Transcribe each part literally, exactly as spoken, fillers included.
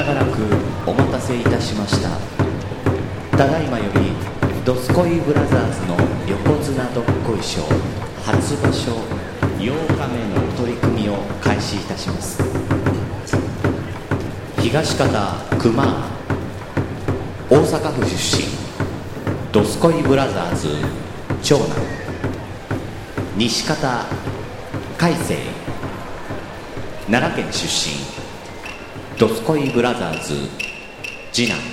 長らくお待たせいたしました。ただいまよりどすこいブラザーズの横綱どっこい賞初場所ようかめの取り組みを開始いたします。東方熊大阪府出身どすこいブラザーズ長男、西方海星奈良県出身どすこいブラザーズ次男。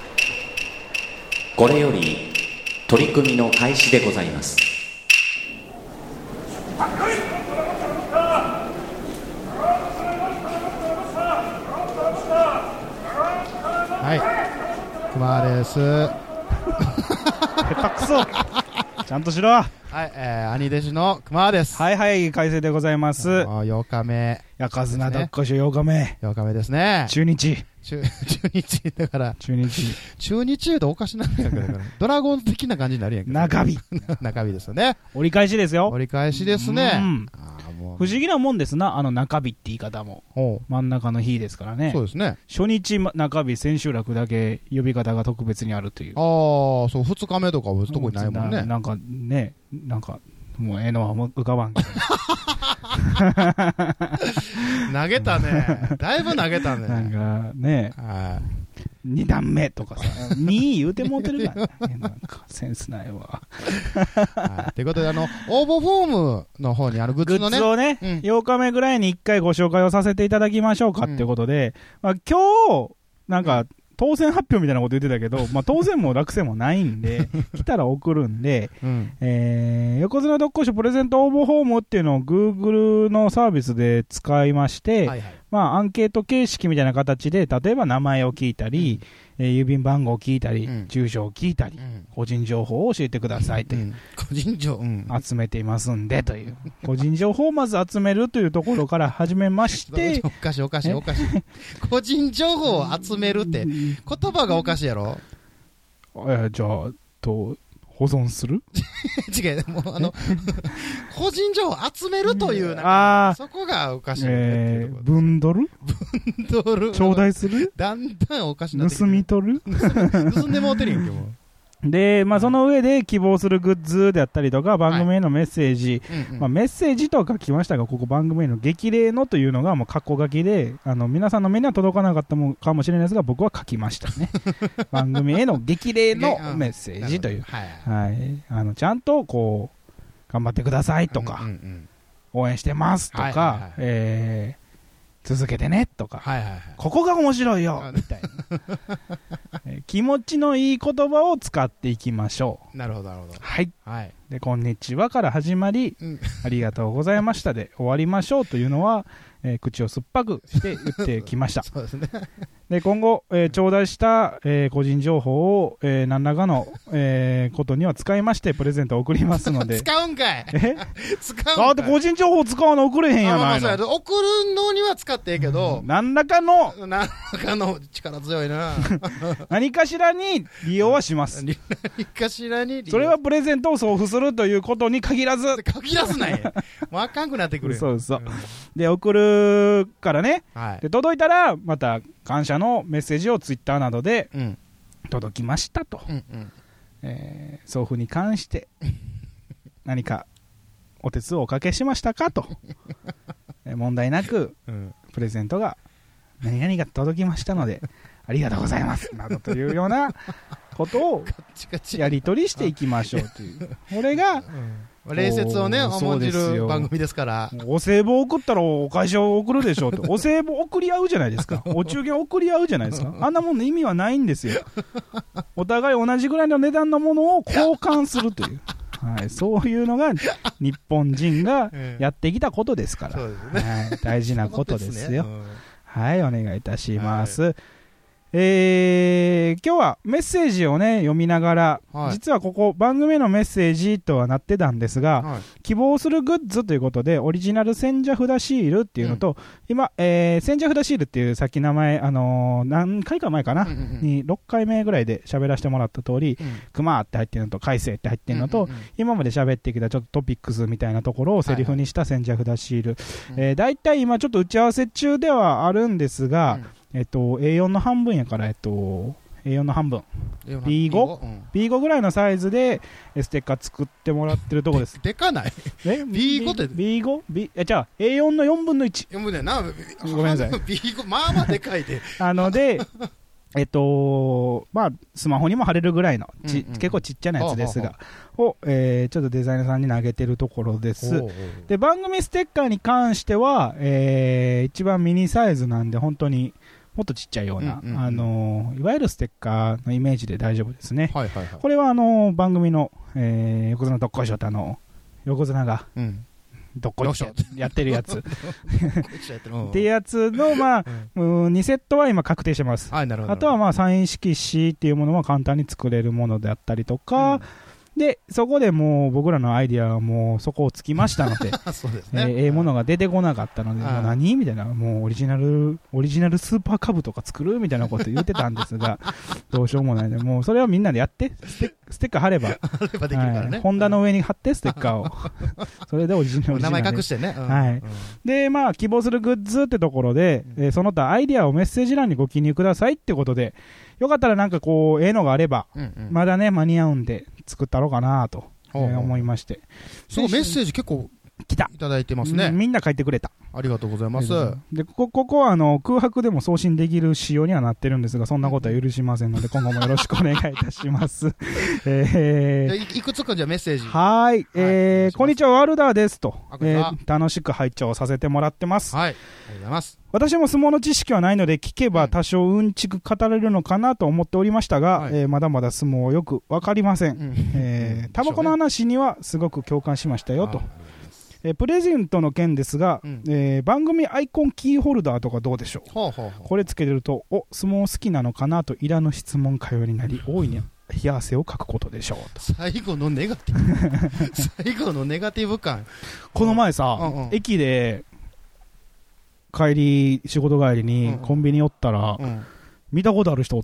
これより取り組みの開始でございます。 はい、熊です。 下手くそちゃんとしろ。 はい、えー、兄弟子の熊です。 はいはい、快晴でございます。 ようかめ。 横綱どっこい賞ようかめ。 ようかめですね。 中日。 中、中日だから。 中日。 中日言うとおかしなんやけど、ドラゴン的な感じになるやんけ。 中日。 中日ですよね。 折り返しですよ。 折り返しですね。うん、 あもう不思議なもんですな、あの中日って言い方も。真ん中の日ですからね。 そうですね。 初日中日、千秋楽だけ呼び方が特別にあるという。 ああ、そう、二日目とかは特にないもんね。 な, なんかね、なんか、もうええのは浮かばんけど。 投げたね。だいぶ投げたね。 なんかね、に段目とかさ、に言うてもうてるからね。なんかセンスないわ。 はい、ということで、あの、応募フォームの方にあるグッズのね。 グッズをね、うん、ようかめぐらいにいっかいご紹介をさせていただきましょうかっていうことで、うん、まあ、今日、なんか、うん当選発表みたいなこと言ってたけど、まあ、当選も落選もないんで、来たら送るんで、うん、えー、横綱どっこい賞プレゼント応募フォームっていうのを Google のサービスで使いまして、はいはい、まあ、アンケート形式みたいな形で、例えば名前を聞いたり、うん、えー、郵便番号を聞いたり、うん、住所を聞いたり、うん、個人情報を教えてくださいという、うん、 個人情報、うん、 集めていますんでという、個人情報をまず集めるというところから始めまして、 おかしいおかしいおかしい。個人情報を集めるって、言葉がおかしいやろ。 えじゃあ、と、保存する違う、もうあの、個人情報集めるという、なんか、そこがおかしい、ね。 えー、分取る分取る。 頂戴するだんだんおかしいなってきて。 盗み取る盗んでもうてるやんけ、もう。 で、まあ、その上で希望するグッズであったりとか、番組へのメッセージ、はいうんうんまあ、メッセージと書きましたが、ここ番組への激励のというのがもう括弧書きで、あの、皆さんの目には届かなかったもかもしれないですが、僕は書きましたね。番組への激励のメッセージという。はい。はい。あの、ちゃんとこう、頑張ってくださいとか、うんうんうん、応援してますとか、はいはいはい、えー続けてねとか、はいはいはい、ここが面白いよみたいな、えー、気持ちのいい言葉を使っていきましょう。なるほどなるほど。 はい。はい、でこんにちはから始まり、うん、ありがとうございましたで終わりましょうというのは、えー、口を酸っぱくして言ってきました。そうですね。で今後、えー、頂戴した、えー、個人情報を、えー、何らかの、えー、ことには使いましてプレゼントを送りますので。 使うんかい。え使うんかい。だって個人情報使うの送れへんやないの。 あ、まあ、送るのには使ってええけど、 うん、何らかの何らかの力強いな。 何かしらに利用はします。 何かしらに利用。 それはプレゼントを送付するということに限らず。 限らずないや。もうあかんくなってくる。 そうそう。うん、で送るからね。はい、で届いたらまた感謝のメッセージをツイッターなどで届きましたと、うんうんえー、送付に関して何かお手数をおかけしましたかと問題なくプレゼントが何々が届きましたのでありがとうございますなどというようなことをやり取りしていきましょうというこれが、 うん、礼節をね重んじる番組ですから。 お歳暮送ったらお返しを送るでしょうと。お歳暮送り合うじゃないですか。お中元送り合うじゃないですか。あんなもんの意味はないんですよ。お互い同じぐらいの値段のものを交換するという、はい、そういうのが日本人がやってきたことですから、そうですね、はい、大事なことですよ。はい、お願いいたします。はい、えー、今日はメッセージをね読みながら、はい、実はここ番組のメッセージとはなってたんですが、はい、希望するグッズということでオリジナル千社札シールっていうのと、うん、今、えー、千社札シールっていうさっき名前、あのー、何回か前かな、うんうんうん、にろっかいめぐらいで喋らせてもらった通り、うん、熊って入ってるのと海星って入ってるのと、うんうんうん、今まで喋ってきたちょっとトピックスみたいなところをセリフにした千社札シール、はいはい、えー、だいたい今ちょっと打ち合わせ中ではあるんですが、うん、 えっと、エーよん の半分やから、えっと、エーよん の半分。ビーご?ビーご ぐらいのサイズでステッカー作ってもらってるとこです。 で, でかないえ ビーご ってビーご? えじゃあ エーよん のよんぶんのいち。 よんぶんのいちなごめんなさい。 ビーご まあまあでかいで。 あので、えっと、まあ、スマホにも貼れるぐらいのち、うんうん、結構ちっちゃなやつですが、を、えー、ちょっとデザイナーさんに投げてるところです。で、番組ステッカーに関しては、えー、一番ミニサイズなんで、本当に、もっとちっちゃいような、うんうんうん、あのいわゆるステッカーのイメージで大丈夫ですね。はいはいはい、これはあの番組の、えー、横綱どっこいしょってあの横綱が、うん、どっこいしょってやってるやつっていうやつの、まあうん、にセットは今確定してます。はい、なるほど。あとはまあサイン色紙っていうものは簡単に作れるものであったりとか、うんで、そこでもう僕らのアイディアはもうそこをつきましたので、そうですね。えー、ええものが出てこなかったので、もう何みたいな、もうオリジナル、オリジナルスーパーカブとか作るみたいなこと言ってたんですが、どうしようもないので、もうそれはみんなでやって、ステステッカー貼れば、貼ればできるからね。ホンダの上に貼ってステッカーを。それでオリジナル。 名前隠してね。 うん、はい、うん。で、まあ、希望するグッズってところで、うん、えー、その他アイディアをメッセージ欄にご記入くださいってことで、よかったらなんかこう、ええのがあれば、うんうん、まだね、間に合うんで作ったろうかなと。えー、思いまして。 そう、メッセージ結構来たいただいてますね。 みんな書いてくれた。 ありがとうございます。 で、ここ、ここはあの空白でも送信できる仕様にはなってるんですが、そんなことは許しませんので、今後もよろしくお願いいたします。えー、いくつかじゃあメッセージ。 はい。えー、こんにちは、ワルダーですと、えー。楽しく拝聴させてもらってます。 はい。ありがとうございます。 私も相撲の知識はないので、聞けば多少うんちく語れるのかなと思っておりましたが、はい、えー、まだまだ相撲よくわかりません。うん、えー、タバコの話にはすごく共感しましたよと。えー、プレゼントの件ですが、うん、えー、番組アイコンキーホルダーとかどうでしょう。ほうほうほう。これつけてると、お、相撲好きなのかなといらぬ質問会話になり、大いに冷や汗をかくことでしょうと。 最後のネガティブ最後のネガティブ感。 この前さ、うんうん、駅で帰り仕事帰りにコンビニ寄ったら、うんうん、見たことある人おって、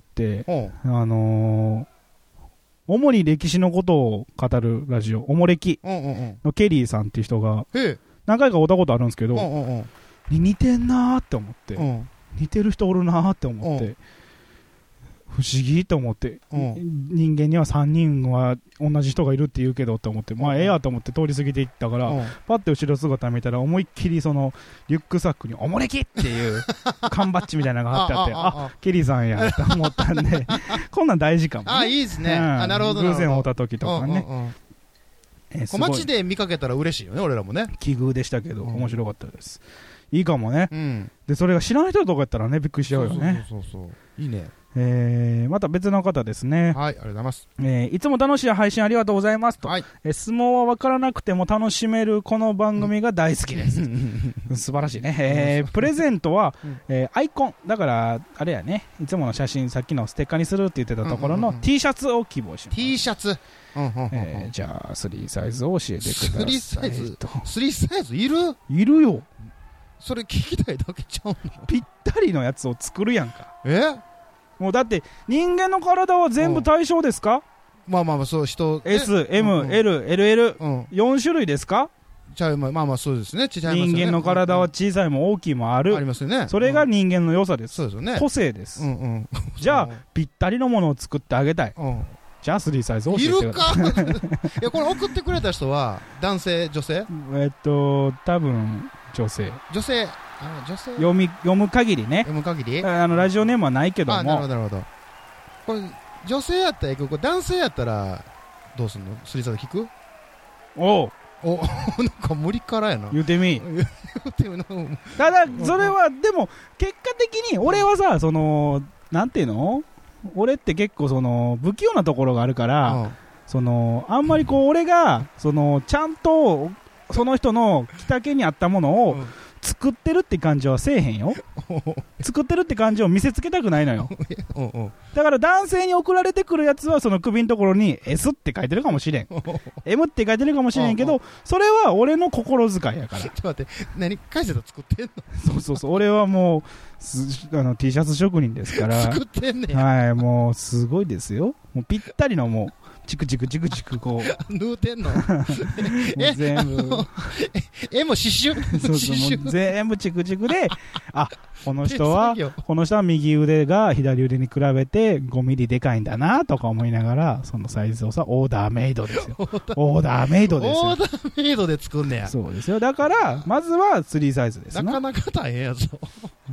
うん、あのー主に歴史のことを語るラジオ、おもれきのケリーさんっていう人が、何回か会ったことあるんですけど、似てんなーって思って、似てる人おるなーって思って、不思議と思って、人間にはさんにんは同じ人がいるって言うけどって思って、まあええやと思って通り過ぎていったから、パッて後ろ姿見たら思いっきりそのリュックサックにおもれきっていう缶バッジみたいなのが貼ってあって、あ、ケリーさんやと思ったんで、こんなん大事かもね。 あ、いいですね。あ、なるほど。 偶然会った時とかね。 街で見かけたら嬉しいよね、俺らもね。 奇遇でしたけど、面白かったです。いいかもね。で、それが知らない人とかやったらね、びっくりしちゃうよね。 そうそうそう。いいね。 えー、また別の方ですね。 はい、ありがとうございます。 えー、いつも楽しい配信ありがとうございますと。はい、えー、相撲は分からなくても楽しめるこの番組が大好きです。素晴らしいね。えー、プレゼントは、えー、アイコン。だから、あれやね、いつもの写真、さっきのステッカーにするって言ってたところの T シャツを希望します。 T シャツ。 えー、じゃあ、スリーサイズを教えてください。スリーサイズスリーサイズいるいるよ。 それ聞きたいだけちゃうの？ ぴったりのやつを作るやんか。 えもうだって人間の体は全部対象ですか？ まあまあまあそう人、ね、 S、M、L、エルエル、よん種類ですか？ じゃあまあまあそうですね。 人間の体は小さいも大きいもある。 ありますよね。 それが人間の良さです。 そうですよね。 個性です。うんうん、じゃあぴったりのものを作ってあげたい。うん、じゃあスリーサイズを教えてください。 いるか？いやこれ送ってくれた人は男性女性？ えっと多分女性。 女性。女性読み読む限りね。 読む限り。 あのラジオネームはないけども。 あ、なるほどなるほど。これ女性やったらこれ男性やったらどうすんの？スリーサイズ聞く？ おうおなんか無理からやな。 言うてみ。ただそれはでも結果的に俺はさ、そのなんていうの？俺って結構その不器用なところがあるから、うん、そのあんまりこう俺がそのちゃんとその人の着丈に合ったものを、うん、作ってるって感じはせえへんよ。作ってるって感じを見せつけたくないのよ。だから男性に送られてくるやつはその首のところに エス って書いてるかもしれん。エム って書いてるかもしれんけど、それは俺の心遣いやから。ちょっと待って、何返せた作ってんの？ そうそうそう、俺はもうあの T シャツ職人ですから。 作ってんねん。 はい、もうすごいですよ。もうぴったりのもう。チクチクチクチクこう縫うてんの全部絵も刺繍そうそう、もう全部チクチクで、あ、この人は、この人は右腕が左腕に比べてごミリでかいんだなとか思いながら、そのサイズをさ、オーダーメイドですよ。オーダーメイドですよ。 オーダーメイドで作んねや。 そうですよ。だから、まずはスリーサイズですね。 なかなか大変やぞ。 うん、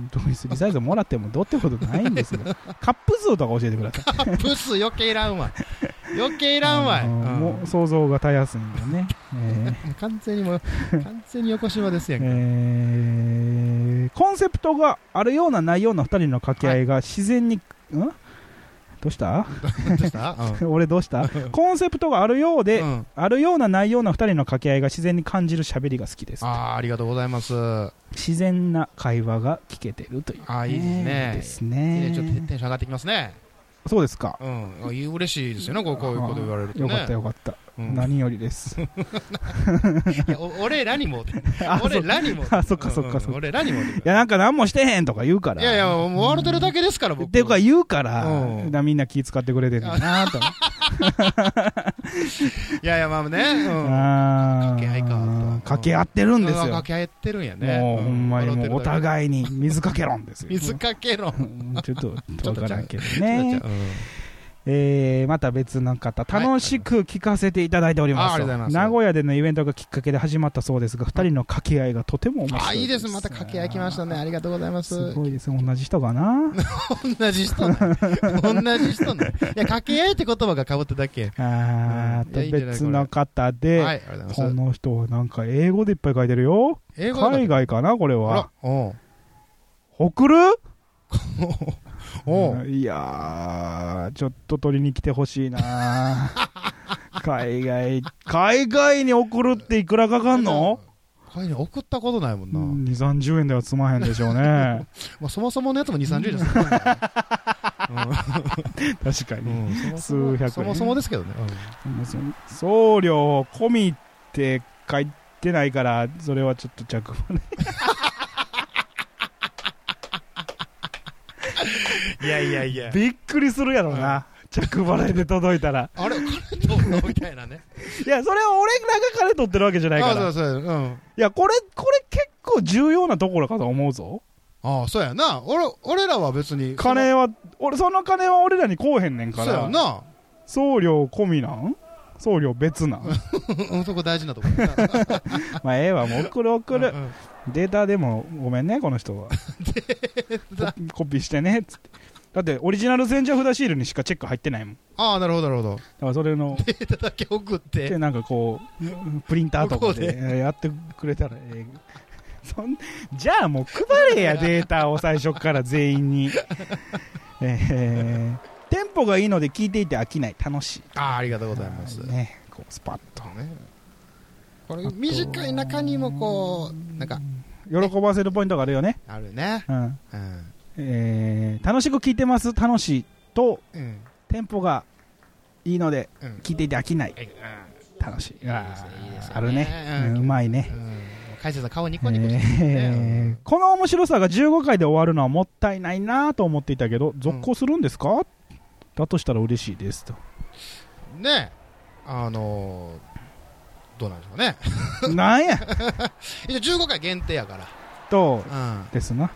特にスリーサイズもらってもどうってことないんですよ。カップ数とか教えてください。 カップ数余計いらんわ。余計いらんわい。うん、 もう想像がたやすいんでね。えー、完全にもう、完全に横島ですやんか。 えー、コンセプトがあるようなないような二人の掛け合いが自然に、はい、んどうしたどうした、 うん、俺どうしたコンセプトがあるようで、うん、あるようなないような二人の掛け合いが自然に感じる喋りが好きです。 ああ、ありがとうございます。 自然な会話が聞けてるという、ね。 ああ、いいですね。 ですね。 ちょっとテンション上がってきますね。 そうですか。 うん、嬉しいですよね、こういうこと言われるとね。 よかったよかった。うん、何よりです。 いや、俺らにも、俺らにも。 あ、そっかそっかそっか。 俺らにも。いや、なんか何もしてへんとか言うから。 いやいや、もう笑ってるだけですから、僕。 っていうか言うから、だみんな気使ってくれてるんだなと。 いやいや、まあね。うん。掛け合いか。 掛け合ってるんですよ。 掛け合ってるんやね。 もう、ほんまにもうお互いに水かけ論ですよ。 水かけ論。 ちょっと、わからんけどね。えー、また別の方、楽しく聞かせていただいております。はい、名古屋でのイベントがきっかけで始まったそうですが、二人の掛け合いがとても面白いです。 あ、いいです。また掛け合い来ましたね。ありがとうございます。 すごいです。同じ人かな同じ人ね。同じ人ね。いや、掛け合いって言葉が被っただけ。 あー、と別の方で、はい、この人はなんか英語でいっぱい書いてるよ。英語海外かなこれは。送るおいやー、ちょっと取りに来てほしいな海外、海外に送るっていくらかかんの？ 海外に送ったことないもんな。 に、さんじゅうえんでは済まへんでしょうね。 まあそもそものやつもに、さんじゅうえんですからね。 確かに。数百円。 そもそもですけどね。 送料込みって書いてないから、それはちょっと着払い。 いやいやいや。 びっくりするやろな。着払いで届いたら。 あれ金取るのみたいなね。 いや、それは俺らが金取ってるわけじゃないから。 あ、そうそう。うん。 いや、これ、これ結構重要なところかと思うぞ。 ああ、そうやな。俺、俺らは別に。 金は、俺、その金は俺らにこうへんねんから。 そうやな。 送料込みなん送料別なんうん、そこ大事なところ。 まあ、ええわ、もう送る送る。うんうんデータでもごめんねこの人はコ, コピーしてねっつってだってオリジナル千社札シールにしかチェック入ってないもんああなるほどなるほどだからそれのデータだけ送ってでなんかこうプリンターとかでやってくれたらええそんじゃあもう配れやデータを最初から全員にえー、テンポがいいので聞いていて飽きない楽しいああありがとうございますねこうスパッとねこれ短い中にもこうなんか喜ばせるポイントがあるよね。 あるね。 うん。うんえー、楽しく聞いてます。楽しいと、うん、テンポがいいので、うん、聞いていて飽きない。うん、楽しい。いいですね。あるね。うん、うまいね。 解説の顔ニコニコしてるね、 えー。この面白さがじゅうごかいで終わるのはもったいないなと思っていたけど、続行するんですか、うん、だとしたら嬉しいですと。 ねあのー。どうなんでしょうね。 なんやじゅうごかい限定やからと、うん、ですな、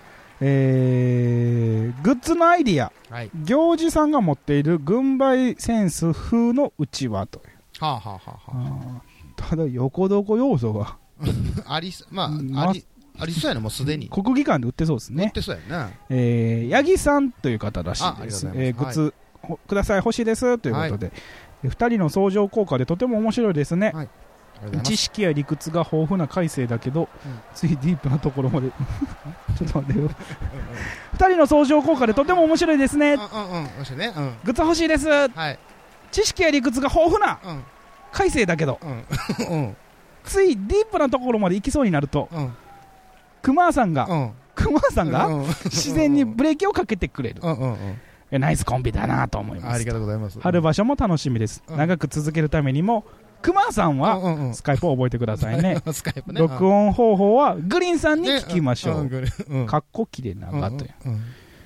えー、グッズのアイディア、はい、行司さんが持っている軍配センス風のうちわという、はあはあはあはあ、ただ横床要素がありまあ、まありありそうやねもうすでに国技館で売ってそうですね売ってそうやね、 えー、八木さんという方らしいです。あ、えー、グッズ、はい、ください欲しいですということで、はいふたりの相乗効果でとても面白いですね、はい、知識や理屈が豊富な改正だけど、うん、ついディープなところまでちょっと待ってよふたりの相乗効果でとても面白いですね、うんうんうん面白いねうん、グッズ欲しいです、はい、知識や理屈が豊富な、うん、改正だけど、うんうん、ついディープなところまで行きそうになると、うん、クマさんが、うん、クマさんが、うん、自然にブレーキをかけてくれる、うんうんうんナイスコンビだなと思います。 ありがとうございます。 春場所も楽しみです。うん、長く続けるためにも、クマさんはスカイプを覚えてくださいね。スカイプね録音方法はグリーンさんに聞きましょう。かっこきれいながという。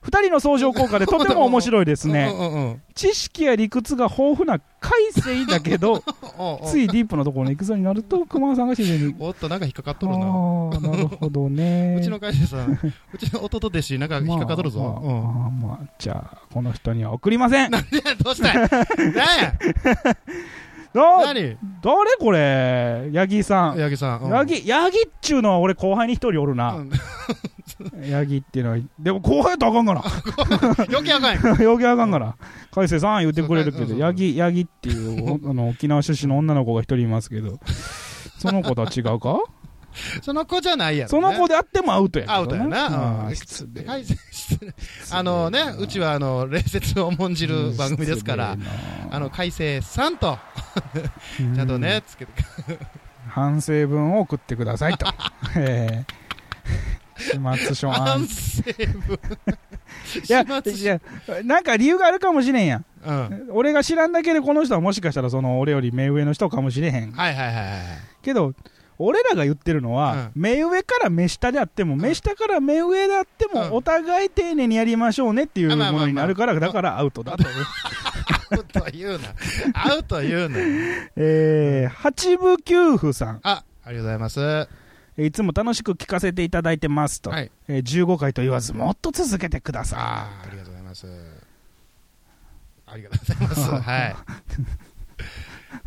二人の相乗効果でとても面白いですね。 うんうんうん、 知識や理屈が豊富な海星だけど、ついディープなところに行くぞになると、熊さんが自然に。 おっと、なんか引っかかっとるな。 ああ、なるほどね。 うちの会社さん、うちの弟弟子、なんか引っかかっとるぞ。 まあ、まあまあ、じゃあ、この人には送りません。 なんでや、どうしたんや。なんや。 何誰これヤギさん。 ヤギさん。 ヤギ、ヤギっちゅうのは俺後輩に一人おるな。ヤギっていうのは、でも後輩とあかんかな。 余計あかんやん。 余計あかんから。海星さん言ってくれるけど、ヤギ、ヤギっていうあの沖縄出身の女の子が一人いますけど、その子とは違うかその子じゃないやろ、ね。 その子であってもアウトやけど、ね。 アウトやな。うん、 失礼。 あのね、うちはあの、礼節を重んじる番組ですから、あの、海星さんと、ちゃんとね、つけて。 反省文を送ってくださいと。えー、始末書反省文。 いや、いや、なんか理由があるかもしれんやん。うん、俺が知らんだけでこの人はもしかしたらその俺より目上の人かもしれへん。 はいはいはいはい。 けど、俺らが言ってるのは、うん、目上から目下であっても、うん、目下から目上であっても、うん、お互い丁寧にやりましょうねっていうものになるから、だからアウトだと。 アウト言うな。アウト言うな。 えー、八部九夫さん。 あ、ありがとうございます。 いつも楽しく聞かせていただいてますと。はい、えー、じゅうごかいと言わず、もっと続けてください。 あ, ありがとうございます。ありがとうございます。はい。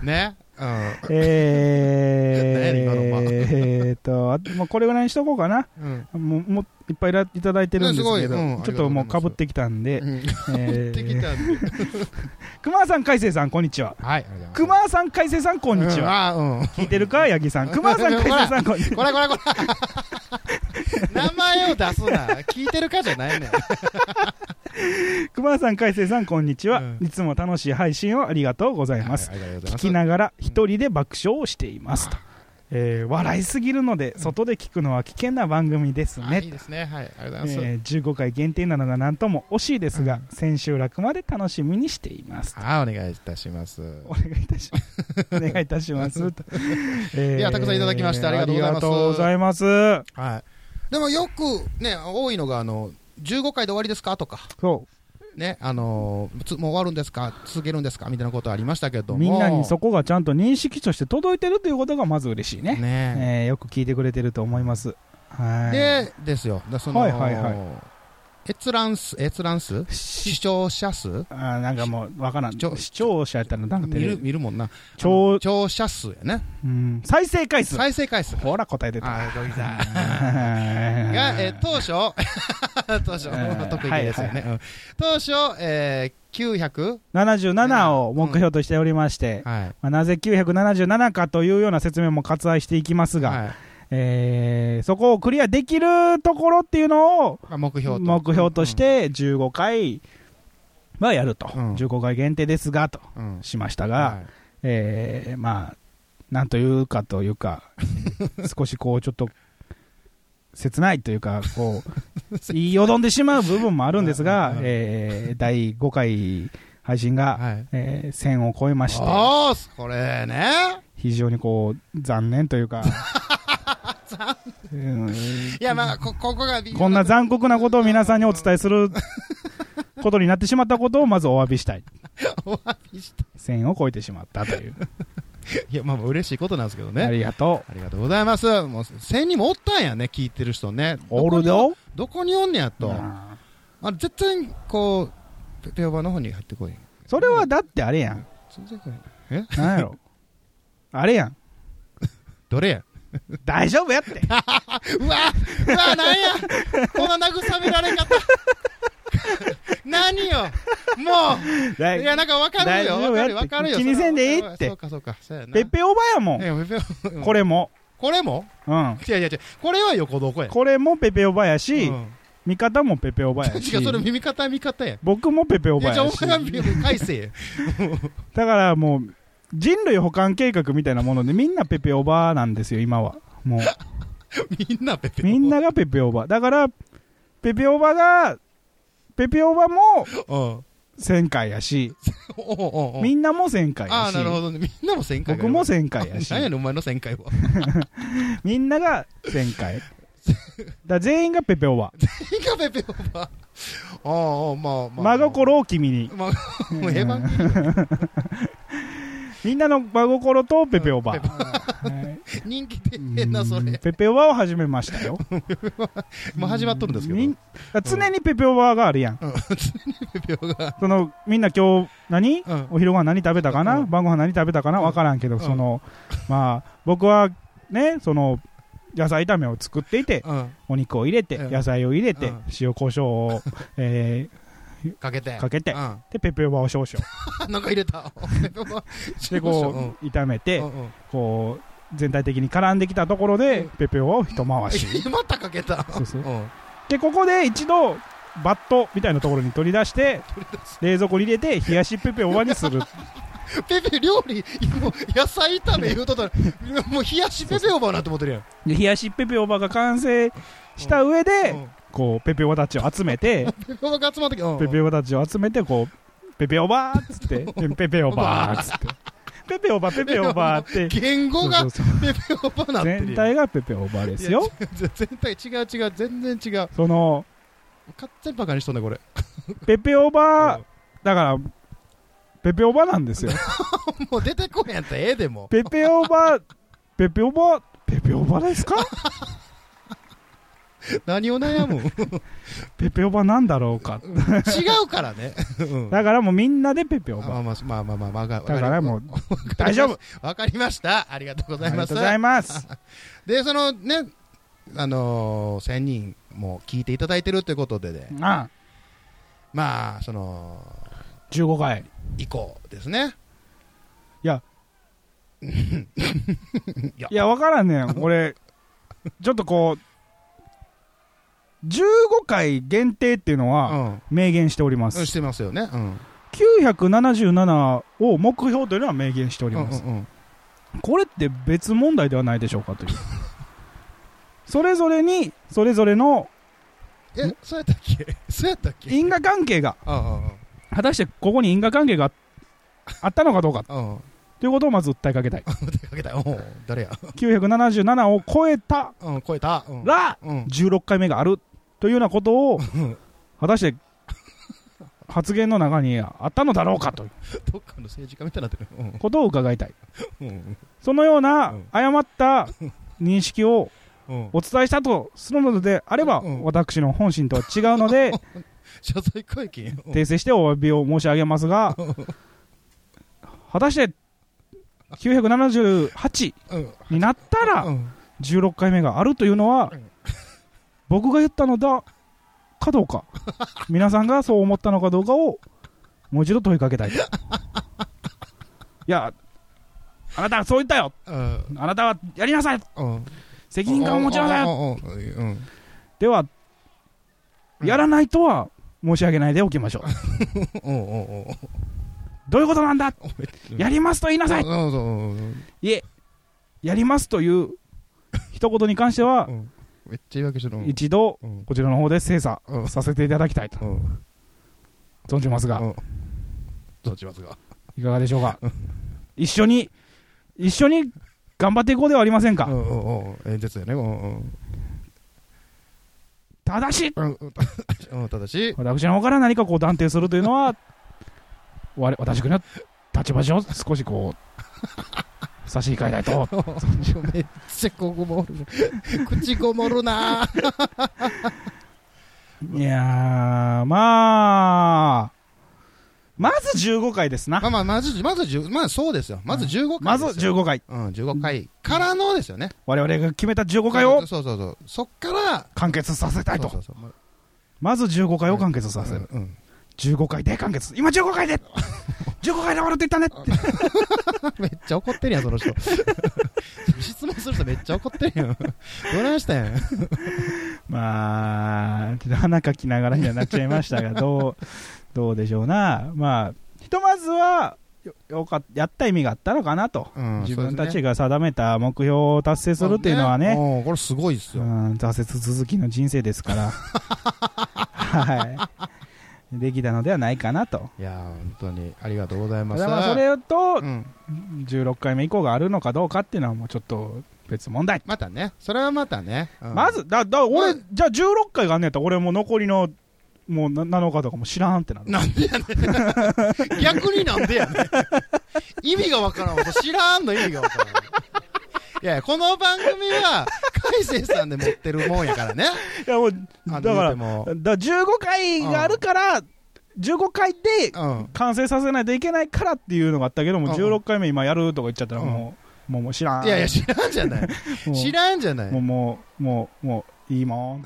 ね。うん、 えー、えーと、あと、まあ、これぐらいにしとこうかな。うん、もう、もういっぱいいただいてるんですけど、うん、ちょっともうかぶってきたんで。かぶってきたんで。熊さん、海星さん、こんにちは。はい。熊さん、海星さん、こんにちは。うん、聞いてるか、八木さん。熊さん、海星さん、こんにちは。 これこれこれ。名前を出すな。聞いてるかじゃないねん。 熊さん、海星さん、こんにちは、うん、いつも楽しい配信をありがとうございます。はい、聞きながら一人で爆笑をしていますと、えー、笑いすぎるので外で聞くのは危険な番組ですね。 いいですね。はい、ありがとうございます。 えー、じゅうごかい限定なのが何とも惜しいですが、うん、千秋楽まで楽しみにしています。 あ、お願いいたします。 お願いいたします。お願いいたします。 えー、いや、たくさんいただきましてありがとうございます。 ありがとうございます。 はい。でもよくね、多いのがあのじゅうごかいで終わりですかとか。そう。ね、あのー、もう終わるんですか続けるんですかみたいなことありましたけども、 みんなにそこがちゃんと認識として届いてるということがまず嬉しいね。ね、えー、よく聞いてくれてると思います。はい。 で、ですよ。その、はいはいはい。閲覧数、閲覧数視聴者数あなんかもうわからん。視聴者やったらなんか見る、見るもんな。 聴聴者数やね。 うん。再生回数。 再生回数。 ほら答え出た。 あ、どういったが、えー、当初、当初、得意ですよね。はいはいはい、当初、えー、きゅうひゃくななじゅうななを目標としておりまして、うんはいまあ、なぜきゅうひゃくななじゅうななかというような説明も割愛していきますが、はいえー、そこをクリアできるところっていうのを目標 と, 目標としてじゅうごかいはやると、うん、じゅうごかい限定ですがとしましたが、うんはいえー、まあなんというかというか少しこうちょっと切ないというかこう言いよどんでしまう部分もあるんですが、えー、だいごかい配信が、はいえー、せんを超えまして、 あーこれね非常にこう残念というかうん、いやまあ こ, ここがこんな残酷なことを皆さんにお伝えすることになってしまったことをまずお詫びしたいお詫びしたせんを超えてしまったといういやまあ嬉しいことなんですけどね。 ありがとうありがとうございます。もうせんにんもおったんやね聞いてる人ね。 おるよどこにおんねやと、ああ絶対こうペペオバの方に入ってこい。 それはだってあれやん。えなんやろあれやんどれや大丈夫やってうわうわなんやこんな慰められ方何よもういやなんか分かるよ分かる分かるよ気にせんでいいってそうかそうかそうやなペッペオーバーやもん、 うん、 これもこれもうん違う違う違うこれは横どこやこれもペペオーバーやし、うん味方もペペオバやし違うそれ味方は味方や僕もペペオバやしいやじゃあお前は返せだからもう人類補完計画みたいなものでみんなペペオバなんですよ今はもうみんなペペオバみんながペペオバだからペペオバがペペオバもせんかいやしおうおうおうみんなもせんかいやしああなるほどねみんなもせんかい僕もせんかいやし何やねんお前のせんかいはみんながせんかいだ全員がペペオバ全員がペペオバああ、まあま真あ。 心を君に。 まあ、もうエヴァみんなの真心とペペオバ。 人気出へんな、それ。 ペペオバを始めましたよ。 もう始まっとるんですけど。 常にペペオバがあるやん。 常にペペオが。 その、みんな今日、何お昼ご飯何食べたかな晩ご飯何食べたかなわからんけど、その、まあ、僕はね、その、野菜炒めを作っていて、お肉を入れて、野菜を入れて、塩コショウを、えー、 かけてかけて、うん、でペペオバを少々 なんか入れたでこう炒めて、うんうん、こう全体的に絡んできたところで、うん、ペペオバを一回しまたかけたそうそう、うん、でここで一度バットみたいなところに取り出して冷蔵庫に入れて冷やしペペオバにするペペ料理もう野菜炒め言うとったらもう冷やしペペオバなって思ってるやんで冷やしペペオバが完成した上で、うんうんこうペペオバたちを集めてペペオバが集まってきてペペオバたちを集めてこうペペオバーっつってペペオバーっつってペペオバペペオバーって言語がペペオバなってる全体がペペオバですよ全体違う違う全然違うその勝手にバカにしとんねこれペペオバだからペペオバなんですよもう出てこへんやったらええでもペペオバペペオバペペオバですか何を悩むペペオバなんだろうか違うからね、うん、 だからもうみんなでペペオバまあまあまあまあ、まあ、だからもう大丈夫わかりましたありがとうございますありがとうございますでそのねあのー、せんにんも聞いていただいてるということでねああまあそのじゅうごかい以降ですねいやいやわからんねん俺ちょっとこうじゅうごかい限定っていうのは明言しております、 うん、してますよね、うん、 きゅうひゃくななじゅうななを目標というのは明言しております、うんうんうん、これって別問題ではないでしょうかというそれぞれにそれぞれのえそうやったっけそうやったっけ因果関係が果たしてここに因果関係があったのかどうかということをまず訴えかけたい訴えかけたいお誰やきゅうひゃくななじゅうななを超えた、 うん、超えた、うん、 ら、うん、じゅうろっかいめがあるというようなことを果たして発言の中にあったのだろうかというどっかの政治家みたいになってる、うん、 ことを伺いたい、うん、そのような誤った認識をお伝えしたとするのであれば、うん、私の本心とは違うので謝罪会見訂正してお詫びを申し上げますが果たしてきゅうひゃくななじゅうはちになったらじゅうろっかいめがあるというのは僕が言ったのだかどうか皆さんがそう思ったのかどうかをもう一度問いかけたいといやあなたはそう言ったよ、うん、あなたはやりなさい、うん、責任感を持ちなさい、うん、では、うん、やらないとは申し上げないでおきましょうおうおうおうどういうことなんだやりますと言いなさいいえやりますという一言に関しては、うんめっちゃ言い訳してる一度、うん、こちらの方で精査させていただきたいと、うん、存じますが、うん、 存じますがいかがでしょうか一緒に一緒に頑張っていこうではありませんか、うんうんうん、 演説よね、うんうん、 ただし、うんうん、ただし私の方から何かこう断定するというのは私の立場上少しこう差し控えたいとめっちゃこごもる口ごもるないやーまあまずじゅうごかいですなまあまあまずまずまあそうですよまずじゅうごかいまずじゅうごかいうんじゅうごかいからのですよね我々が決めたじゅうごかいをそうそうそうそっから完結させたいとそうそうそうまずじゅうごかいを完結させる、うんうんじゅうごかいで完結今じゅうごかいでじゅうごかいで終わるって言ったねってめっちゃ怒ってるやんその人質問する人めっちゃ怒ってるやんどうなしたんやまあちょっと鼻かきながらにはなっちゃいましたがどうどうでしょうなまあひとまずはよよかやった意味があったのかなと、うん、自分たちが定めた目標を達成するっていうのはね、 ねこれすごいですよ、うん、 挫折続きの人生ですからはいできたのではないかなといや本当にありがとうございますだからそれと、うん、じゅうろっかいめ以降があるのかどうかっていうのはもうちょっと別問題またねそれはまたね、 うん、まずだだ俺、ま、じゃあじゅうろっかいがあんねやったら俺も残りのもうななのかとかも知らんってなる。 なんでやねん。逆になんでやねん。意味がわからん。知らんの意味がわからん。いやいや、この番組は、海星さんで持ってるもんやからね。 いやもう、だから、だじゅうごかいがあるから、うん、じゅうごかいで完成させないといけないからっていうのがあったけども、うん、じゅうろっかいめ今やるとか言っちゃったらもう、うん、もうもう知らん。 いやいや、知らんじゃない。知らんじゃない。 もう、もう、もう、もう、いいもん。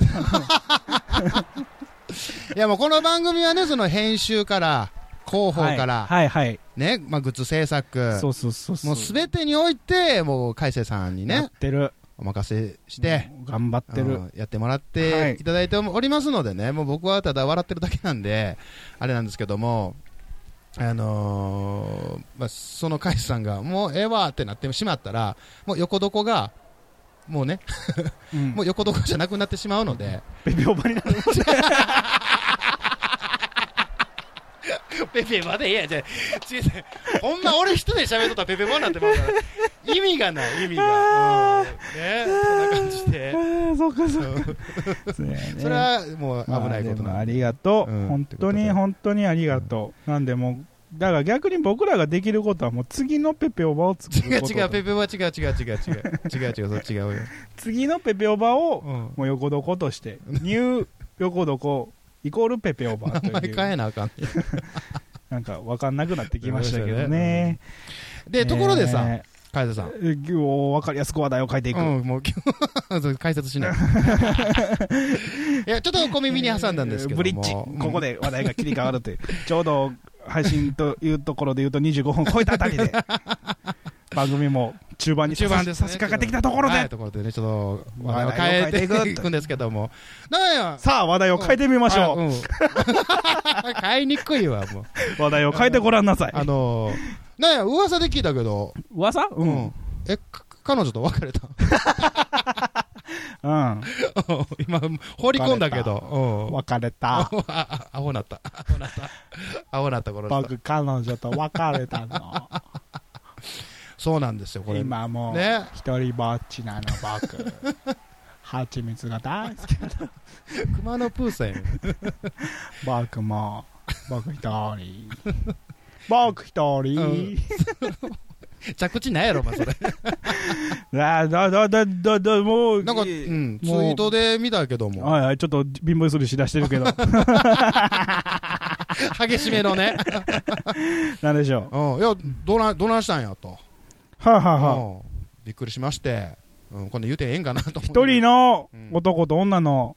いやもうこの番組はね、その編集から広報から、 はいはいはい、 ね、まあ、グッズ制作、 そうそうそうそう、 もうすべてにおいてもう海星さんにねやってる、 お任せして頑張ってる、 やってもらっていただいておりますのでね、はい、もう僕はただ笑ってるだけなんであれなんですけども、あのーまあ、その海星さんがもうええわってなってしまったら、もう横床がもうね、うん、もう横床じゃなくなってしまうので、 ペペオバになるペペまでいいや、じゃあほんま俺一人で喋っとったらペペバになってますから意味がない意味が、うん、ね、そんな感じでそうかそうかそ, ね、 それはもう危ないことなんで、 まあ、ありがとう、うん、本当に本当にありがとう、うん、なんでもうだから逆に僕らができることはもう次のペペオバを作ること。 違う違う、ペペオバ違う違う違う違う違う違う違うそっ違うよ。 次のペペオバをもう横床として、ニュー横床イコールペペオバという。 名前変えなあかん。 なんか分かんなくなってきましたけどね。 で、ところでさ、海星さん。 分かりやすく話題を変えていく。 うん、もう今日解説しない。いや、ちょっと小耳に挟んだんですけども。 ブリッジ、ここで話題が切り替わるという。ちょうど配信というところで言うとにじゅうごふん超えたあたりで番組も中盤に差し掛かってきたところで、 はい、ところでね、ちょっと話題を変えていくんですけども、なんやさあ話題を変えてみましょう。うん、 変えにくいわ、もう話題を変えてごらんなさい。 あのー、なんや噂で聞いたけど、 噂？うん、うん、 え、彼女と別れたうん、 今放り込んだけど、 別れた。 アホなった。アホなった。アホなった頃。 僕彼女と別れたの。 そうなんですよ。これ今もう一人ぼっちなの僕。蜂蜜が大好きなの。 熊野プーさんや。 僕も僕一人。僕一人。うん着地ないやろ、まあ、それ。 だ、だ、だ、だ、だ、だ、もう。 なんか、うん、ツイートで見たけども。 はいはい、ちょっと貧乏するし出してるけど。 激しめのね。 なんでしょう。うん、いや、どな、どないしたんやと。 はあ、はあはあ、びっくりしまして、うん、今度言うてええんかなと思って。 一人の男と女の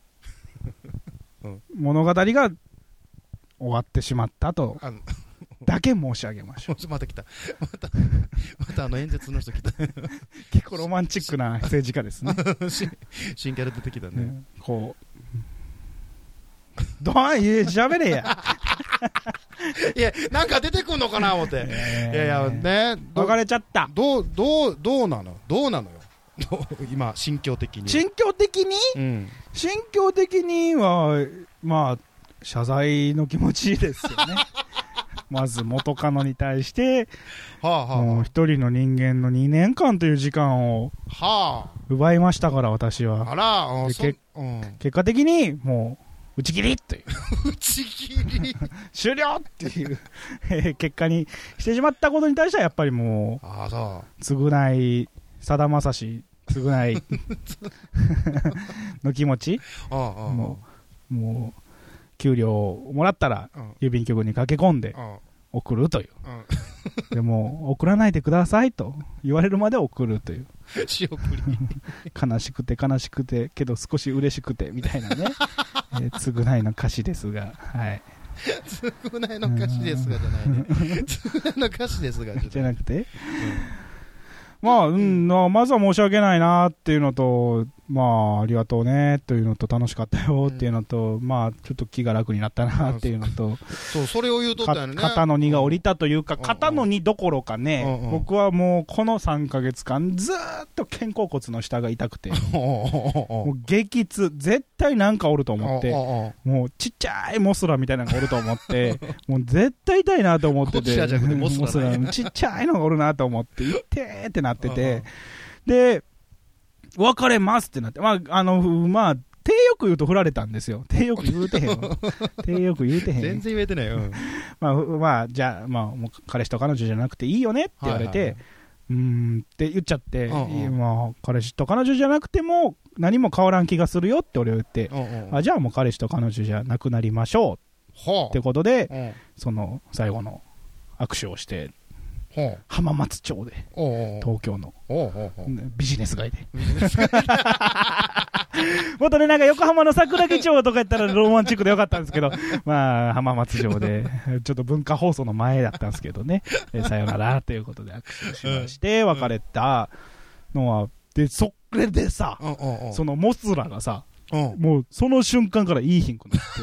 物語が終わってしまったと。だけ申し上げましょう。 また来た。また、またあの演説の人来た。 結構ロマンチックな政治家ですね。 新キャラ出てきたね。ね、 こう。どん、いや、喋れや。 いや、なんか出てくんのかな思って。いやいや、ね。 別れちゃった。 どう、どう、どうなのどうなのよ。今、心境的に。 心境的に、うん、心境的には、まあ、謝罪の気持ちですよね。まず元カノに対して、はあはあ、もう一人の人間のにねんかんという時間を奪いましたから、私は。 あら、 けうん、結果的に、もう、打ち切りという。 打ち切り終了っていう結果にしてしまったことに対しては、やっぱりもう、 あそう、 償い、さだまさし、償いの気持ち、ああああもう、もう、給料をもらったら郵便局に駆け込んで送るという、うん、でも送らないでくださいと言われるまで送るという仕送り悲しくて悲しくてけど少し嬉しくてみたいなね、えー、償いの歌詞ですが、はい、 償いの歌詞ですがじゃないね償いの歌詞ですがじゃなくて、うん、まあ、うん、まずは申し訳ないなっていうのと、まあ、ありがとうねというのと、楽しかったよっていうのと、うん、まあ、ちょっと気が楽になったなっていうのと、 そう、それを言うとったよね。 肩の荷が下りたというか、うん、肩の荷どころかね、うんうん、僕はもうこのさんかげつかん、ずーっと肩甲骨の下が痛くて、もう激痛、絶対なんかおると思って、もうちっちゃいモスラみたいなのがおると思って、もう絶対痛いなと思ってて、モスラちっちゃいのがおるなと思って、いってーってなってて、で、別れますってなって、まあ、あの、まあ、体よく言うと振られたんですよ。手よく言うてへんよ。手よく言うてへん。 全然言えてないよ。うん、 まあ、まあ、じゃあ、まあ、もう彼氏と彼女じゃなくていいよねって言われて、はいはいはい、うーんって言っちゃって、うんうん、まあ、彼氏と彼女じゃなくても何も変わらん気がするよって俺は言って、うんうん、あ、じゃあもう彼氏と彼女じゃなくなりましょうってことで、うん、その最後の握手をして、浜松町で、東京のビジネス街で。もっとね、なんか横浜の桜木町とかやったらロマンチックでよかったんですけど、まあ、浜松町で、ちょっと文化放送の前だったんですけどね、えさよならということで握手をしまして、別れたのは、で、それでさ、そのモスラがさ、もうその瞬間からいいヒンクになって、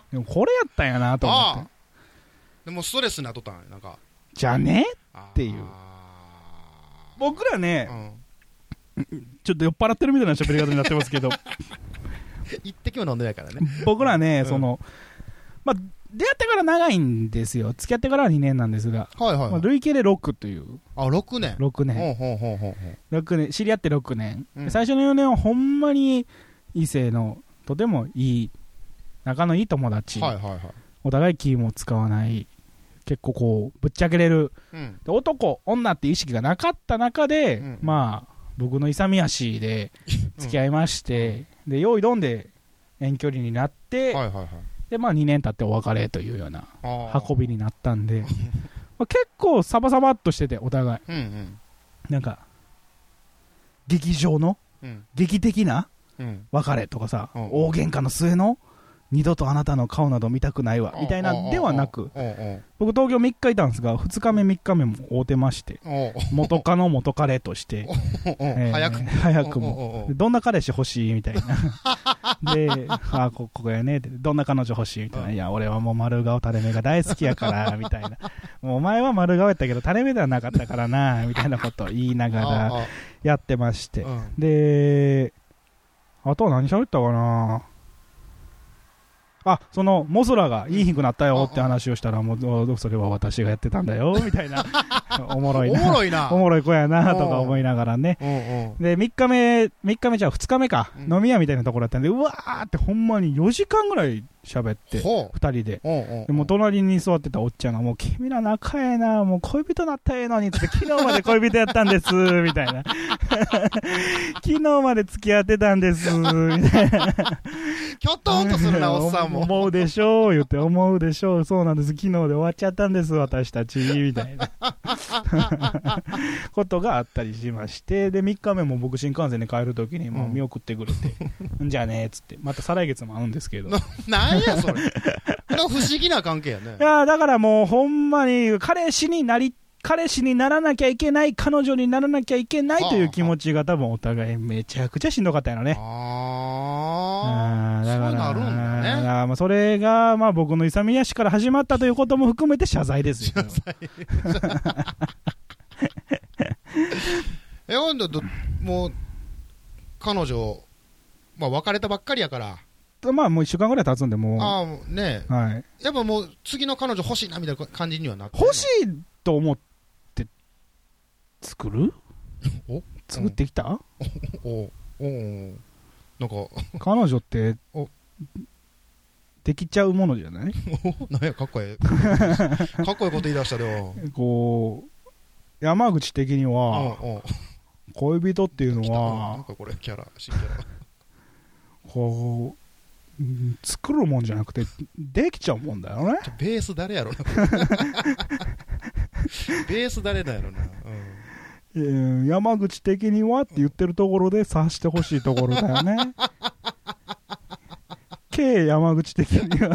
でもこれやったんやなと思って。 でもストレスになっとったんなんか。 じゃねっていう。僕らね、うん、ちょっと酔っ払ってるみたいな喋り方になってますけど、 一滴も飲んでないからね。 僕らね、うん、その、まあ、出会ってから長いんですよ。付き合ってからはにねんなんですが、はいはいはい、まあ、累計でろくという。 あ、ろくねん。 ろくねん。 ほうほうほうほうほう。 ろくねん、知り合ってろくねん。うん、最初のよねんはほんまに異性のとてもいい、仲のいい友達。はいはいはい。お互い気も使わない。結構こうぶっちゃけれる、うん、で男女っていう意識がなかった中で、うん、まあ僕の勇み足で付き合いまして、うん、で用意どんで遠距離になって、はいはいはい、でまあにねん経ってお別れというような運びになったんでまあ結構サバサバっとしててお互い、うんうん、なんか劇場の、うん、劇的な別れとかさ、うん、大喧嘩の末の二度とあなたの顔など見たくないわみたいなではなく、僕東京みっかいたんですがふつかめみっかめも会うてまして、元カノ元彼として、えー、早く早くもどんな彼氏欲しいみたいなで、あここやねどんな彼女欲しいみたいな、いや俺はもう丸顔垂れ目が大好きやからみたいな、もうお前は丸顔やったけど垂れ目ではなかったからなみたいなことを言いながらやってまして、であとは何喋ったかなあ、そのモスラがいいヒンクなったよって話をしたら、もうそれは私がやってたんだよみたいなおもろいなおもろいなおもろい子やなとか思いながらね。でみっかめみっかめじゃあふつかめか、うん、飲み屋みたいなところだったんで、うわーってほんまによじかんぐらい喋ってふたりで、でも隣に座ってたおっちゃんがもう君ら仲ええな、もう恋人なったらええのにって昨日まで恋人やったんですみたいな昨日まで付き合ってたんですみたいなきょとんとするなおっさんも思うでしょう言って思うでしょう、そうなんです、昨日で終わっちゃったんです私たちみたいなことがあったりしまして、でみっかめも僕新幹線で帰るときにもう見送ってくれて、うん、じゃあねっつってまた再来月も会うんですけどなんやそれ不思議な関係やね。 いやだからもうほんまに彼氏になり彼氏にならなきゃいけない、彼女にならなきゃいけないという気持ちが多分お互いめちゃくちゃしんどかったんやろね。ああ、だから、そうなるんだね。だからまあそれがまあ僕の勇み足から始まったということも含めて謝罪ですよ。謝罪。 え、ほんともう彼女まあ別れたばっかりやから。 まあもういっしゅうかんぐらい経つんでもう。ああねえ。はい。やっぱもう次の彼女欲しいなみたいな感じにはなって。 欲しいと思って。作るお作ってきたおおおなんか彼女ってできちゃうものじゃないなんやかっこええかっこいいこと言い出したではこう山口的には恋人っていうのはなんかこれキャラ新キャラこう作るもんじゃなくてできちゃうもんだよね。 ベース誰やろなベース誰だやろな、うんえー、山口的にはって言ってるところで察してほしいところだよねK 山口的には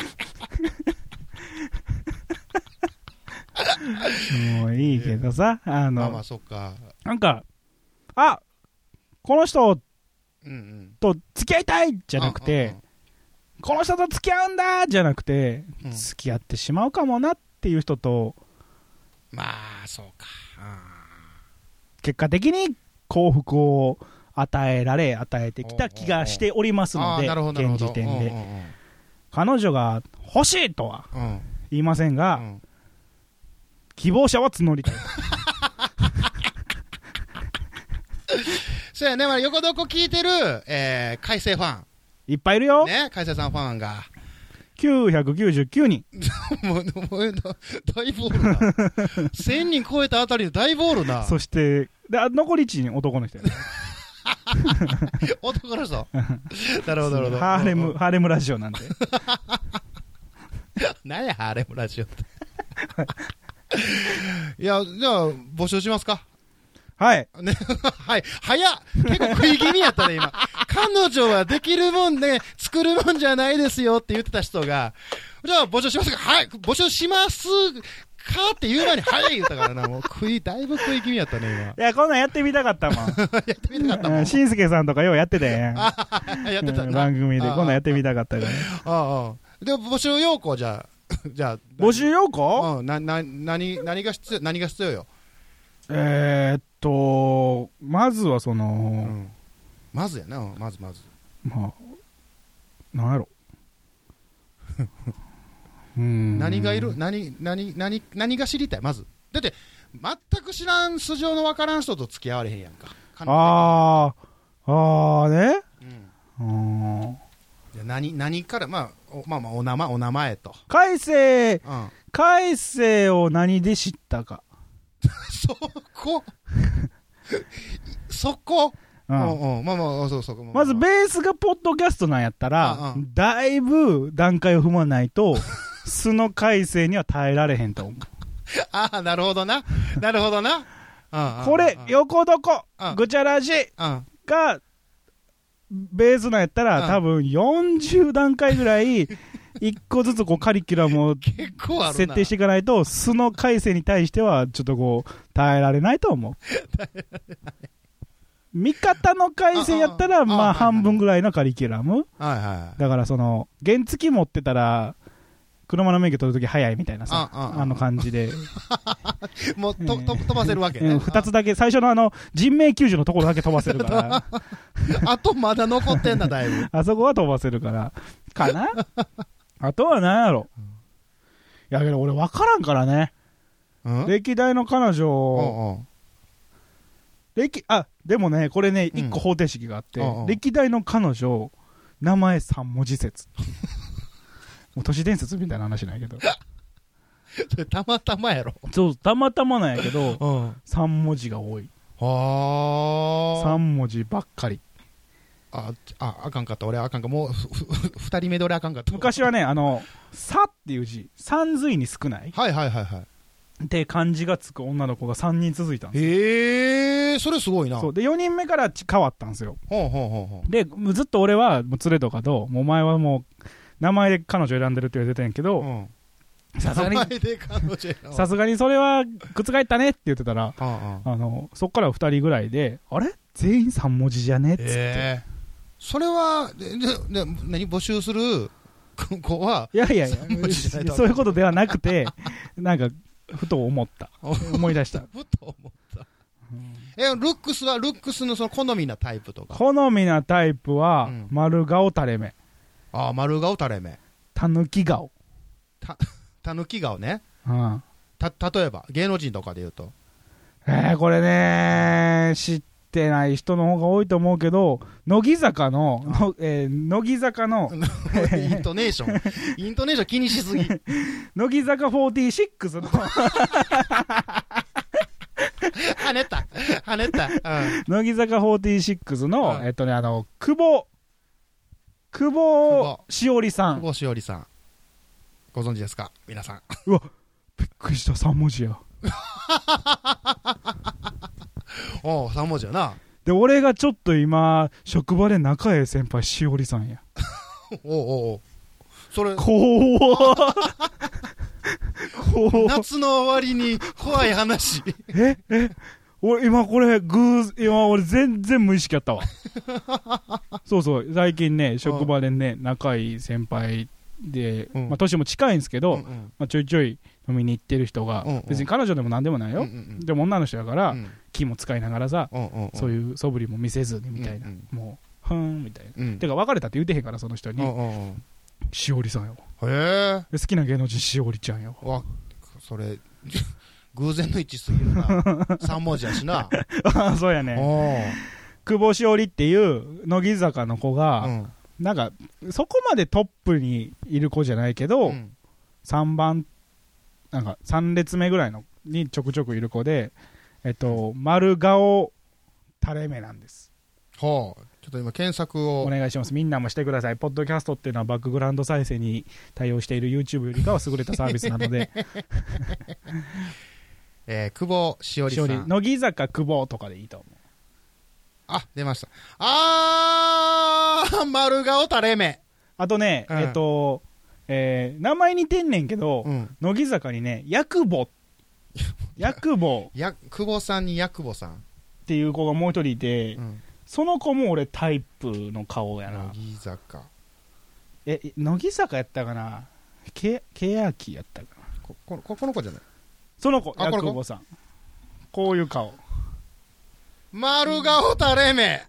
もういいけどさ、あの、 まあまあそっか、 なんかあこの人と付き合いたいじゃなくて、うんうん、この人と付き合うんだじゃなくて、うん、付き合ってしまうかもなっていう人と、 まあそうか、 結果的に幸福を与えられ与えてきた気がしておりますので、現時点で彼女が欲しいとは言いませんが、うん、希望者は募りたいそうやね、まあ、横どこ聞いてる、えー、海星ファン。 いっぱいいるよ。 ね、海星さんファンが。 きゅうひゃくきゅうじゅうきゅうにん。もう、もう、大ボールな。せんにん超えたあたりで大ボールな。 そして、で残りいちにん男の人やね。 男の人。なるほど、なるほど。 ハーレム、ハーレムラジオなんで。 何や、ハーレムラジオって。いや、じゃあ、募集しますか。 はい。 ね、はい。早っ。結構食い気味やったね、今。彼女はできるもんね、作るもんじゃないですよって言ってた人が、じゃあ募集しますか。はい。募集しますかって言う前に、はい言ったからな、もう食い、だいぶ食い気味やったね、 今。いや、こんなんやってみたかったもん。 やってみたかったもん。 しんすけさんとかようやってたやん。 やってたな。 番組で、こんなんやってみたかったから。 ああ。で、募集要項じゃあ、じゃあ。 募集要項うん、な、な、何、何が必要、何が必要よ。 えーっと、まずはその、 うん、まずやな、まずまず。 まあ、なんやろ。うん。 何がいる何、何、何、何が知りたいまず。だって、全く知らん素性のわからん人と付き合われへんやんか。 ああ、ああね。 うん。 うん。 何、何から、まあ、おまあまあ、お名前、お名前と。 海星、 うん。 海星を何で知ったか。 そこそこうん、 うんうん、まあまあ、そうそう。 まず、ベースがポッドキャストなんやったら、 うんうん、 だいぶ段階を踏まないと、素の海星には耐えられへんと思う。 ああ、なるほどな。なるほどな。 うん、これ、横どこ、ぐちゃらじが、ベースなんやったら、多分よんじゅう段階ぐらい、一個ずつこうカリキュラムを設定していかないと、素の海星に対しては、ちょっとこう、耐えられないと思う。味方の海星やったら、まあ半分ぐらいのカリキュラム。だからその、原付持ってたら、車の免許取るとき早いみたいなさ、あの感じで。 もうと、と、飛ばせるわけね。 二つだけ、最初のあの、人命救助のところだけ飛ばせるから。 あとまだ残ってんだ、だいぶ。 あそこは飛ばせるから。かなあとは何やろ。いやけど俺分からんからね。歴代の彼女、歴、あ、でもね、これね、一個方程式があって、歴代の彼女、名前三文字説。もう都市伝説みたいな話なんやけど。 それたまたまやろ。 そう、たまたまなんやけど、三文字が多い。 はあ。三文字ばっかり。 あ、あ、あかんかった。俺あかんか。もう、二人目で俺あかんかった。 昔はね、あの、さっていう字、三髄に少ない。 はいはいはいはい。 で、漢字がつく女の子がさんにん続いたんですよ。 へー、それすごいな。 そう。で、よにんめから変わったんですよ。 ほうほうほうほう。 で、ずっと俺は、もう連れとかと、もうお前はもう、名前で彼女選んでるって言われてたんやけど、さすがに、さすがにそれは覆ったねって言ってたら、あの、そっからふたりぐらいで、あれ全員さん文字じゃねっつって。 それは、で、で、何募集する子は、 いやいやいや、そういうことではなくて、なんか、ふと思った。思い出した。 ふと思った。え、ルックスは、ルックスのその好みなタイプとか。 好みなタイプは、丸顔垂れ目。 ああ、丸顔垂れ目。 たぬき顔。 た、たぬき顔ね。 うん。 た、例えば、芸能人とかで言うと。 えー、これね、知ってない人の方が多いと思うけど、乃木坂の、のえー、乃木坂の、 イントネーション。イントネーション気にしすぎ。 乃木坂フォーティーシックスの、 跳ねた。跳ねた。うん、 乃木坂フォーティーシックスの、うん、えっとね、あの、久保、久保しおりさん。 久保しおりさん。ご存知ですか皆さん。 うわ、びっくりした、さん文字や。 おう、さん文字やな。 で、俺がちょっと今、職場で仲ええ先輩しおりさんや。 おうおうおう。それ。 怖っ。 夏の終わりに怖い話。 ええ俺今これ偶然今俺全然無意識やったわ。そうそう、最近ね職場でね仲いい先輩で、うん、まあ年も近いんですけど、うんうん、まあ、ちょいちょい飲みに行ってる人が、うんうん、別に彼女でも何でもないよ、うんうん、でも女の人やから、うん、気も使いながらさ、うんうんうん、そういう素振りも見せずにみたいな、うんうん、もうふーんみたいな、うん、てか別れたって言うてへんからその人に、うんうんうん、しおりさんよ。 へえ。 好きな芸能人しおりちゃんよ。 わ、それ偶然の一致すぎるな。さん文字やしな。 あ、そうやね。 久保しおりっていう乃木坂の子が、 うんなんかそこまでトップにいる子じゃないけど、 うん、 さんばんなんかさん列目ぐらいのにちょくちょくいる子で、えっと丸顔垂れ目なんです。 はあ、ちょっと今検索をお願いします。みんなもしてください。ポッドキャストっていうのはバックグラウンド再生に対応している YouTube よりかは優れたサービスなのでえー、久保しおりさん、 乃木坂久保とかでいいと思う。 あ、出ました。あー丸顔垂れ目。 あとね、うん、えっと、えー、名前似てんねんけど、うん、乃木坂にね、ヤクボヤクボや久保さんにヤクボさんっていう子がもう一人いて、うん、その子も俺タイプの顔やな。 乃木坂、 え、乃木坂やったかな、けけやきやったかな、 ここここの子じゃない、 その子、ヤクボさん、こういう顔、 丸顔垂れ目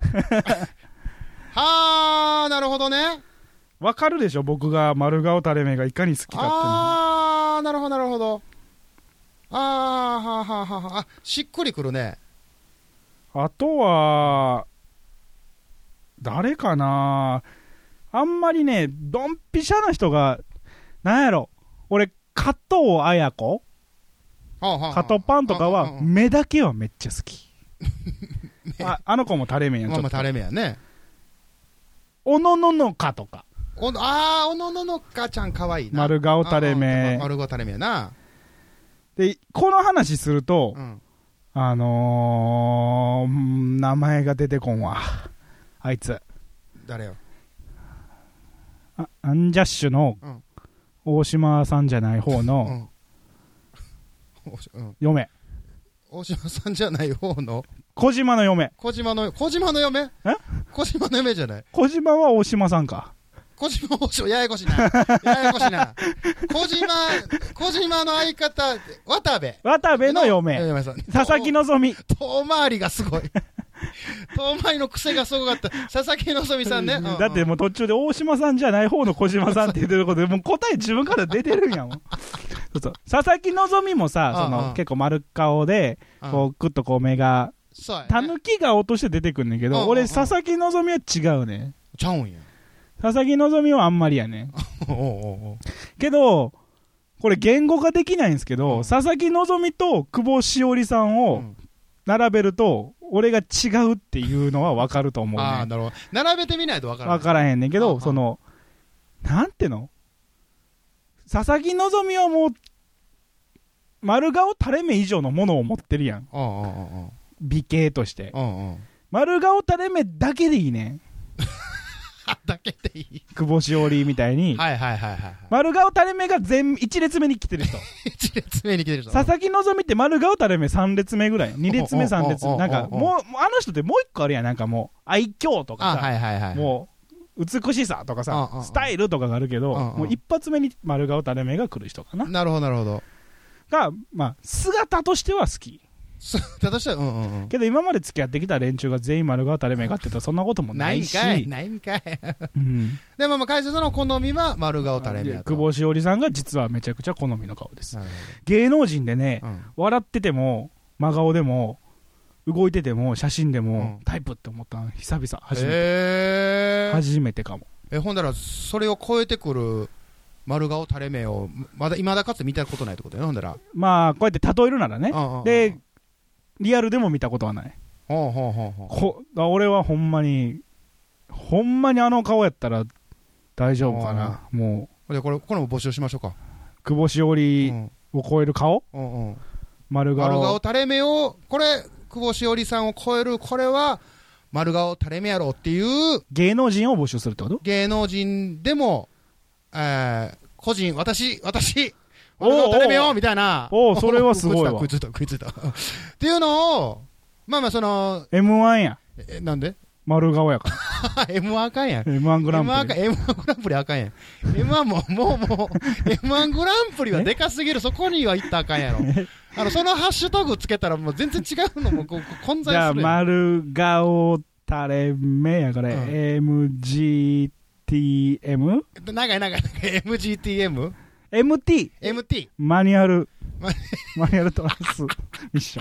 はー、なるほどね。 わかるでしょ、僕が丸顔垂れ目がいかに好きかっていうの。 あー、なるほどなるほど。あー、はーはーはーはー、あ、しっくりくるね。 あとは誰かな、あんまりねドンピシャな人が、なんやろ、俺加藤綾子、加藤パンとかは目だけはめっちゃ好きあ, あの子も垂れ目やん、ちょっと、まあ、 垂れ目やね。 おのののかとか、 おあー、おのののかちゃんかわいいな。 丸顔垂れ目、 丸顔垂れ目やな。 でこの話すると、うん、あのー、名前が出てこんわ、あいつ誰よ。 あアンジャッシュの大島さんじゃない方の、うんうん、嫁、 大島さんじゃない方の小島の嫁、 小島の小島の嫁、え小島の嫁じゃない、 小島は大島さんか、 小島大島、ややこしいなややこしいな小島小島の相方渡部渡部の嫁、佐々木希、 遠回りがすごい遠回りの癖がすごかった。佐々木希さんね、うんうん、 だってもう途中で大島さんじゃない方の小島さんって言ってることでもう答え自分から出てるんやもんそうそう、佐々木希もさ、その結構丸顔でこうクッとこう目がたぬき顔として出てくんねんけど、俺佐々木希は違うね。 ちゃうんや。 佐々木希はあんまりやねおうおうおうけどこれ言語化できないんですけど、うん、佐々木希と久保しおりさんを並べると、うん、俺が違うっていうのは分かると思うね。 あ、なるほど。並べてみないと分からない。 分からへんねんけど、そのなんての、佐々木希はもう丸顔垂れ目以上のものを持ってるやん、 ああああ美形として。 ああ丸顔垂れ目だけでいいねんだけでいい。 久保しおりみたいに、 はいはいはいはい、 丸顔垂れ目が全一列目に来てる人一列目に来てる人。 佐々木希って丸顔垂れ目さん列目ぐらい、に列目さん列目、なんかもうあの人ってもう一個あるやん、なんかもう愛嬌とかさ、 はいはいはい、 もう美しさとかさ、スタイルとかがあるけど、もう一発目に丸顔垂れ目が来る人かな。 なるほどなるほど。 が、まあ姿としては好き。 姿としては、うんうんうん。けど今まで付き合ってきた連中が全員丸顔垂れ目がって言ったらそんなこともないし。 ないんかい、ないんかい。うん、でもまあ解説の好みは丸顔垂れ目だと。 久保しおりさんが実はめちゃくちゃ好みの顔です。芸能人でね、うん、笑ってても真顔でも動いてても写真でも、うん、タイプって思ったの久々初めて、えー、初めてかも。 えほんだらそれを超えてくる丸顔垂れ目をまだ未だかつて見たことないってことやね。ほんだらまあこうやって例えるならね、うんうん、でリアルでも見たことはない。 ほうほうほうほう。 こ俺はほんまにほんまにあの顔やったら大丈夫かな。もうでこれこれも募集しましょうか。 久保しおりを超える顔、 うんうん、 丸顔丸顔垂れ目をこれ久保しおりさんを超える、これは丸顔垂れ目やろっていう芸能人を募集するってこと？ 芸能人でも、えー、個人私私丸顔垂れ目よみたいな。 おお、それはすごいわ。 食いついた食いついた食いついたっていうのをまあまあそのエムワン や。 えなんで丸顔やから。 エムワン あかんやん。 エムワン グランプリ。 エムワン グランプリあかんやん。エムワン ももうもうエムワン グランプリはでかすぎる。そこには行ったらあかんやろ。あのそのハッシュタグつけたらもう全然違うのもこう混在する。じゃあ丸顔垂れ目やから、うん、エムジーティーエム？ 長い長い長い エムジーティーエム？ エムティーエムティーマニュアルマニュアルトランスミッション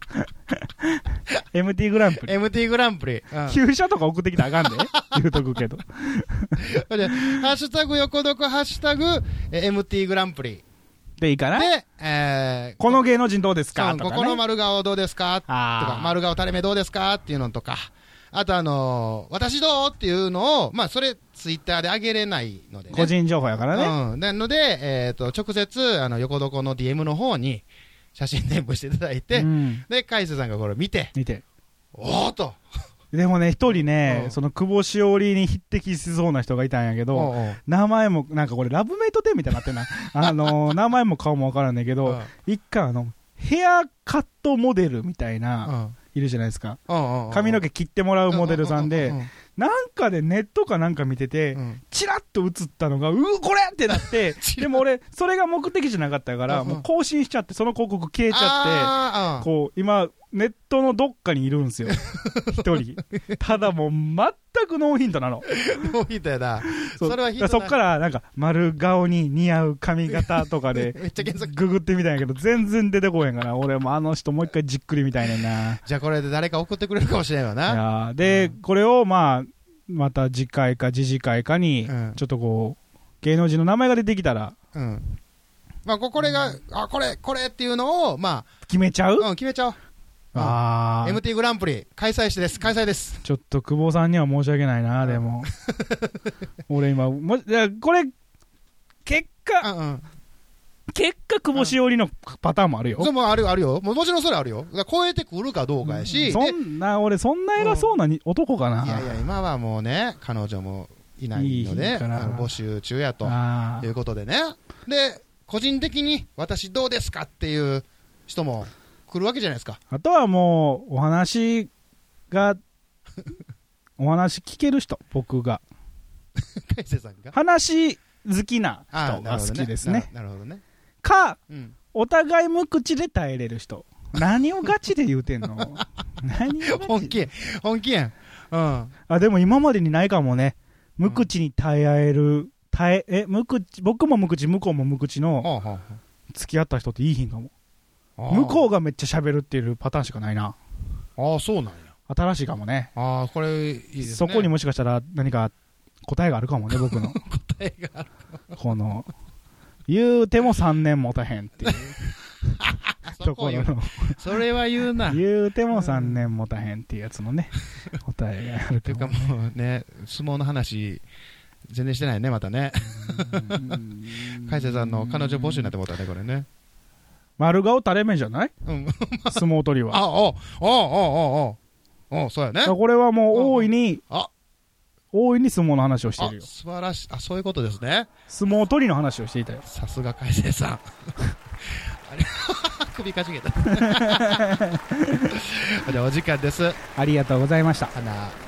エムティー グランプリ。 エムティー グランプリ。うん、 旧車とか送ってきたらあかんで。言うとくけど。 で、ハッシュタグ横読、ハッシュタグ、エムティー グランプリ。 でいいかなで、えー、 この芸能人どうですかとか、ね、 ここの丸顔どうですかとか、丸顔垂れ目どうですかっていうのとか、あとあのー、私どうっていうのを、まあそれツイッターで上げれないので、ね、 個人情報やからね。 うん。なので、えっ、ー、と、直接、あの、横床の ディーエム の方に写真添付していただいて、うん、で、海瀬さんがこれ見て、 見て。 おーと。 でもね、一人ね、うん、その久保しおりに匹敵しそうな人がいたんやけど、うん、名前も、なんかこれラブメイトテンみたいになってんな。あのー、名前も顔もわからんねんけど、うん、一回あの、ヘアカットモデルみたいな、うんいるじゃないですか、髪の毛切ってもらうモデルさんで、なんかでネットかなんか見てて、チラッと映ったのが、うーこれってなって、でも俺、それが目的じゃなかったから、もう更新しちゃって、その広告消えちゃって、こう、今、ネットのどっかにいるんですよ、一人。ただもう、全くノーヒントなの。 ノーヒントやな。 それはヒントそっから、なんか、丸顔に似合う髪型とかで、 めっちゃ検索ググってみたんやけど、全然出てこへんから、俺もあの人もう一回じっくりみたいねんな。 じゃあこれで誰か送ってくれるかもしれんわな。 いやで、うん、これをまあ、また次回か次次回かに、ちょっとこう、芸能人の名前が出てきたら、 うん。まあ、これが、あ、これ、これっていうのを、まあ、 決めちゃううん、決めちゃおう。ああ。エムティー グランプリ、開催してです。開催です。 ちょっと久保さんには申し訳ないな、でも。俺今、もこれ、結果、うんうん、結果、久保しおりのパターンもあるよ。 そうもあるあるよ。もちろんそれあるよ。超えてくるかどうかやし。 うん、そんな、俺そんな偉そうなに、うん、男かな。 いやいや、今はもうね、彼女もいないので、いいあの募集中やということでね。で、個人的に私どうですかっていう人も来るわけじゃないですか。 あとはもう、お話が、お話聞ける人、僕が。 海瀬さんが話好きな人が好きですね。 なるほどね。 か、うん、お互い無口で耐えれる人。何をガチで言うてんの何を本気、本気やん。うん。 あ、でも今までにないかもね。無口に耐え合える、耐え、え、無口、僕も無口、向こうも無口の、付き合った人っていいひんかも。向こうがめっちゃ喋るっていうパターンしかないな。 ああ、そうなんや。 新しいかもね。 ああ、これいいですね。 そこにもしかしたら何か答えがあるかもね、僕の。 答えがあるこの、言うてもさんねん持たへんっていうところの。 それは言うな。 言うてもさんねん持たへんっていうやつのね、答えがあるというかもうね、相撲の話、全然してないね、またね。海瀬さんの彼女募集になってもらったね、これね。 丸顔垂れ目じゃない、うん、相撲取りは。 あ、お、お、お、お、お、お、そうやね。 これはもう大いに、あ、大いに相撲の話をしてるよ。 素晴らしい。あ、そういうことですね。 相撲取りの話をしていたよ。 さすが海瀬さん。あれ首かしげた。じゃあお時間です。 ありがとうございました。 花